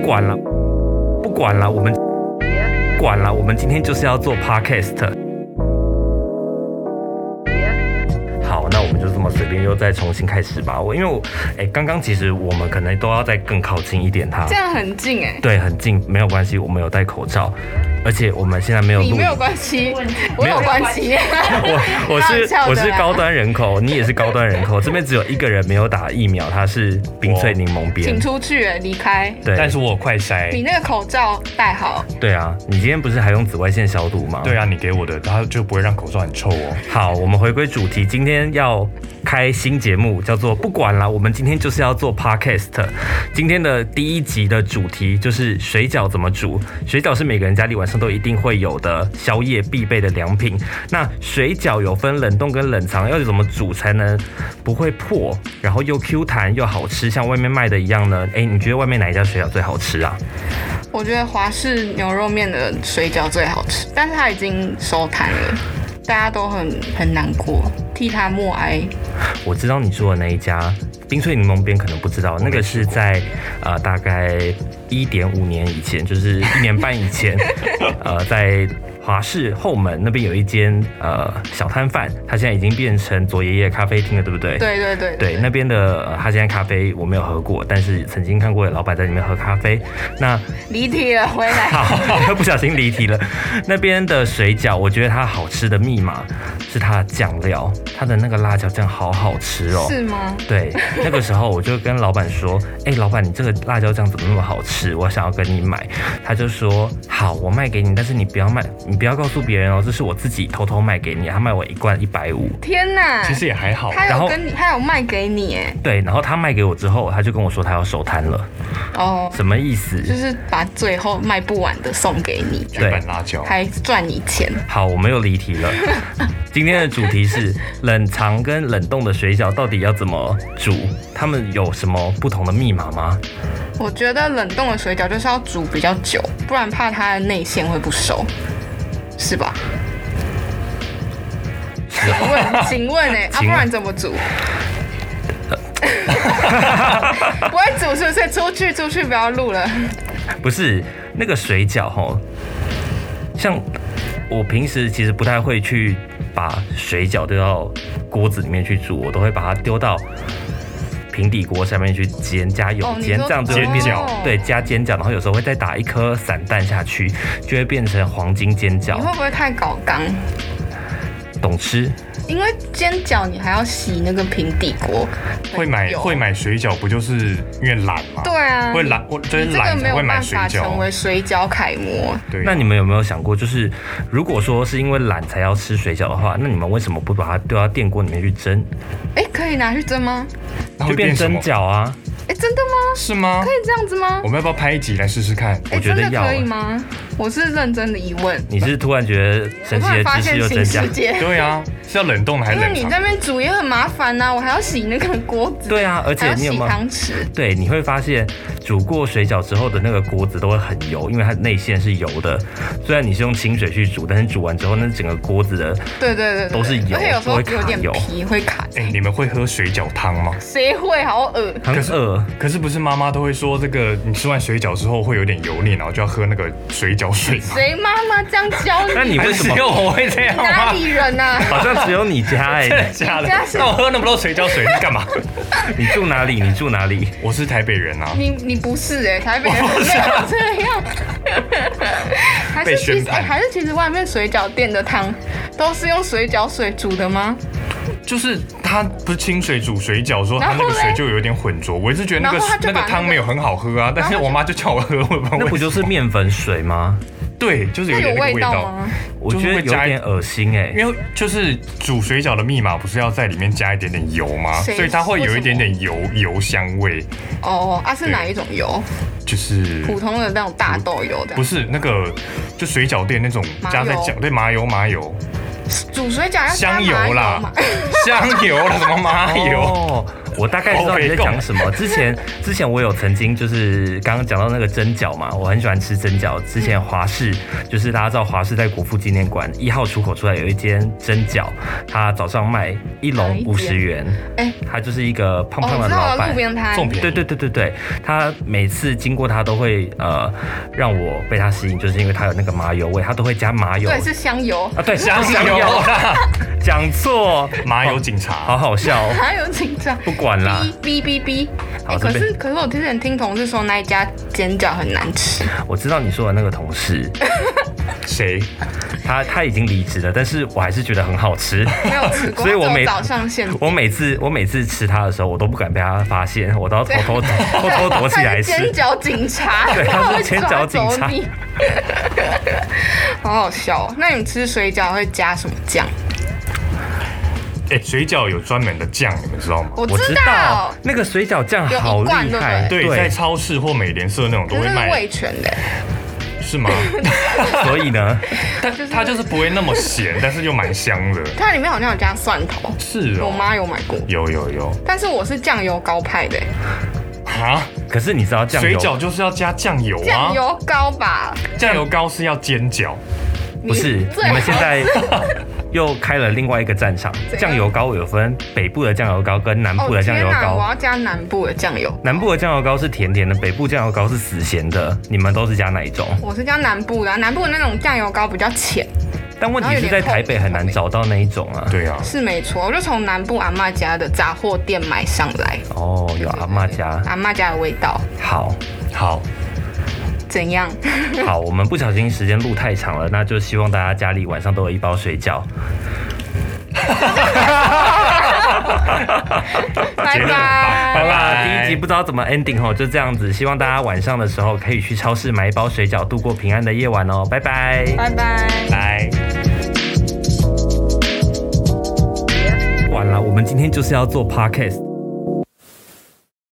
管了，不管了，我们今天就是要做 podcast。好，那我们就这么随便又再重新开始吧。因为我刚刚其实我们可能都要再更靠近一点它。 这样很近对，很近，没有关系，我们有戴口罩。而且我们现在没有录影， 你没有关系，我有关系。 我是高端人口，你也是高端人口。这边只有一个人没有打疫苗，他是冰萃柠檬边， 请出去离开。 对， 但是我有快筛。 你那个口罩戴好。 对啊，你今天不是还用紫外线消毒吗？ 对啊，你给我的，它就不会让口罩很臭哦。 好，我们回归主题，今天要开新节目，叫做不管啦，我们今天就是要做 podcast。今天的第一集的主题就是水饺怎么煮。水饺是每个人家里晚上都一定会有的宵夜必备的良品。那水饺有分冷冻跟冷藏，要怎么煮才能不会破，然后又 Q 弹又好吃，像外面卖的一样呢？你觉得外面哪一家水饺最好吃啊？ 我觉得华氏牛肉面的水饺最好吃，但是它已经收摊了，大家都很难过，替他默哀。 我知道你说的那一家冰萃柠檬边可能不知道，那个是在大概1.5年以前，就是1年半以前，在华氏后门那边有一间小摊贩，他现在已经变成左爷爷咖啡厅了，对不对？对，那边的他现在咖啡我没有喝过，但是曾经看过老板在里面喝咖啡。那离题了，回来。 好，不小心离题了。那边的水饺，我觉得它好吃的密码是它的酱料，它的那个辣椒酱好好吃哦。 是吗？ 对，那个时候我就跟老板说，老板，你这个辣椒酱怎么那么好吃？我想要跟你买。他就说，好，我卖给你，但是你不要卖。你不要告诉别人哦，这是我自己偷偷卖给你。他卖我1罐150。 天哪！ 其实也还好。 他有卖给你哎。 对，然后他卖给我之后，他就跟我说他要收摊了。 哦。 什么意思？ 就是把最后卖不完的送给你， 对，辣椒还赚你钱。 好，我们又离题了。今天的主题是冷藏跟冷冻的水饺到底要怎么煮？他们有什么不同的密码吗？ 我觉得冷冻的水饺就是要煮比较久，不然怕它的内馅会不熟。是吧？请问不然怎么煮？不会煮是不是？出去不要录了。 不是那个水饺吼，像我平时其实不太会去把水饺丢到锅子里面去煮，我都会把它丢到平底锅下面去煎，加油煎，这样子会变对，加煎饺，然后有时候会再打一颗散蛋下去，就会变成黄金煎饺。 你会不会太搞刚？ 懂吃。 因为煎饺你还要洗那个平底锅。 会买水饺不就是因为懒吗？ 对啊， 会懒，就是懒才会买水饺。 成为水饺楷模。 对。那你们有没有想过，就是如果说是因为懒才要吃水饺的话，那你们为什么不把它丢到电锅里面去蒸？ 可以拿去蒸吗？ 就变蒸饺啊。 真的吗？ 是吗？ 可以这样子吗？ 我们要不要拍一集来试试看？ 我觉得要。 可以吗？我是认真的疑问。 你是突然觉得神奇的知识又增加？ 对啊，是要冷冻的还是冷藏？ 因为你在那边煮也很麻烦啊，我还要洗那个锅子。 对啊，而且你有没有洗汤匙？对， 你会发现煮过水饺之后的那个锅子都会很油，因为它内馅是油的。虽然你是用清水去煮，但是煮完之后那整个锅子的对都是油， 而且有时候有点皮会卡。 你们会喝水饺汤吗？ 谁会？好恶， 很恶。 可是不是妈妈都会说这个，你吃完水饺之后会有点油腻，然后就要喝那个水饺水吗？ 谁妈妈这样教你？ 那你为什么我会这样吗？ 哪里人啊？ 好像只有你家真的假的？那我喝那么多水饺水是干嘛？ 你住哪里？ 我是台北人啊。 你不是台北人没有这样。还是其实外面水饺店的汤都是用水饺水煮的吗？ 就是它不是清水煮水饺，说它那个水就有点混浊，我一直觉得那个汤没有很好喝啊，但是我妈就叫我喝， 那不就是面粉水吗？ 对，就是有点那个味道吗？ 我觉得有点恶心因为就是煮水饺的密码不是要在里面加一点点油吗？所以它会有一点点油香味。 是哪一种油？ 就是普通的那种大豆油的。 不是那个，就水饺店那种加在酱，对，麻油。 煮水饺要加香油啦，香油啦，什么麻油？ 我大概知道你在讲什么。之前我有曾经就是刚刚讲到那个蒸饺嘛，我很喜欢吃蒸饺。之前华视就是大家知道华视在国父纪念馆1号出口出来有一间蒸饺，它早上卖1笼50元，它就是一个胖胖的老板， 路边摊， 对，他每次经过他都会让我被他吸引，就是因为他有那个麻油味，他都会加麻油， 对，是香油啊，对，香油，讲错， 麻油警察， 好好笑， 麻油警察， 不管啦， 哔，可是我之前听同事说那一家煎饺很难吃， 我知道你说的那个同事， 谁？ 他已经离职了，但是我还是觉得很好吃， 没有吃过， 所以我早上现我每次吃它的时候，我都不敢被他发现，我都要偷偷躲起来吃。 煎饺警察， 对，他是煎饺警察， 好好笑哦。那你们吃水饺会加什么酱？ 水饺有专门的酱，你们知道吗？ 我知道， 那个水饺酱好厉害， 对，在超市或美联社那种都会卖。 是味全的。 是吗？ 所以呢， 它就是不会那么咸，但是又蛮香的。 它里面好像有加蒜头， 是哦， 我妈有买过， 有。 但是我是酱油膏派的。 啊？ 可是你知道酱油？ 水饺就是要加酱油啊。 酱油膏吧？ 酱油膏是要煎饺。 不是，你们现在又开了另外一个战场。酱油膏有分北部的酱油膏跟南部的酱油膏。 我要加南部的酱油。 南部的酱油膏是甜甜的，北部酱油膏是死咸的。你们都是加哪一种？ 我是加南部的，南部的那种酱油膏比较浅。 但问题是在台北很难找到那一种啊。 对啊， 是没错，我就从南部阿嬷家的杂货店买上来。 哦，有阿嬷家的味道。 好。 怎样？ 好，我们不小心时间录太长了，那就希望大家家里晚上都有一包水饺。 拜拜。 第一集不知道怎么 ending 哦，就这样子。希望大家晚上的时候可以去超市买一包水饺，度过平安的夜晚哦。拜拜。 拜。 完了，我们今天就是要做 podcast。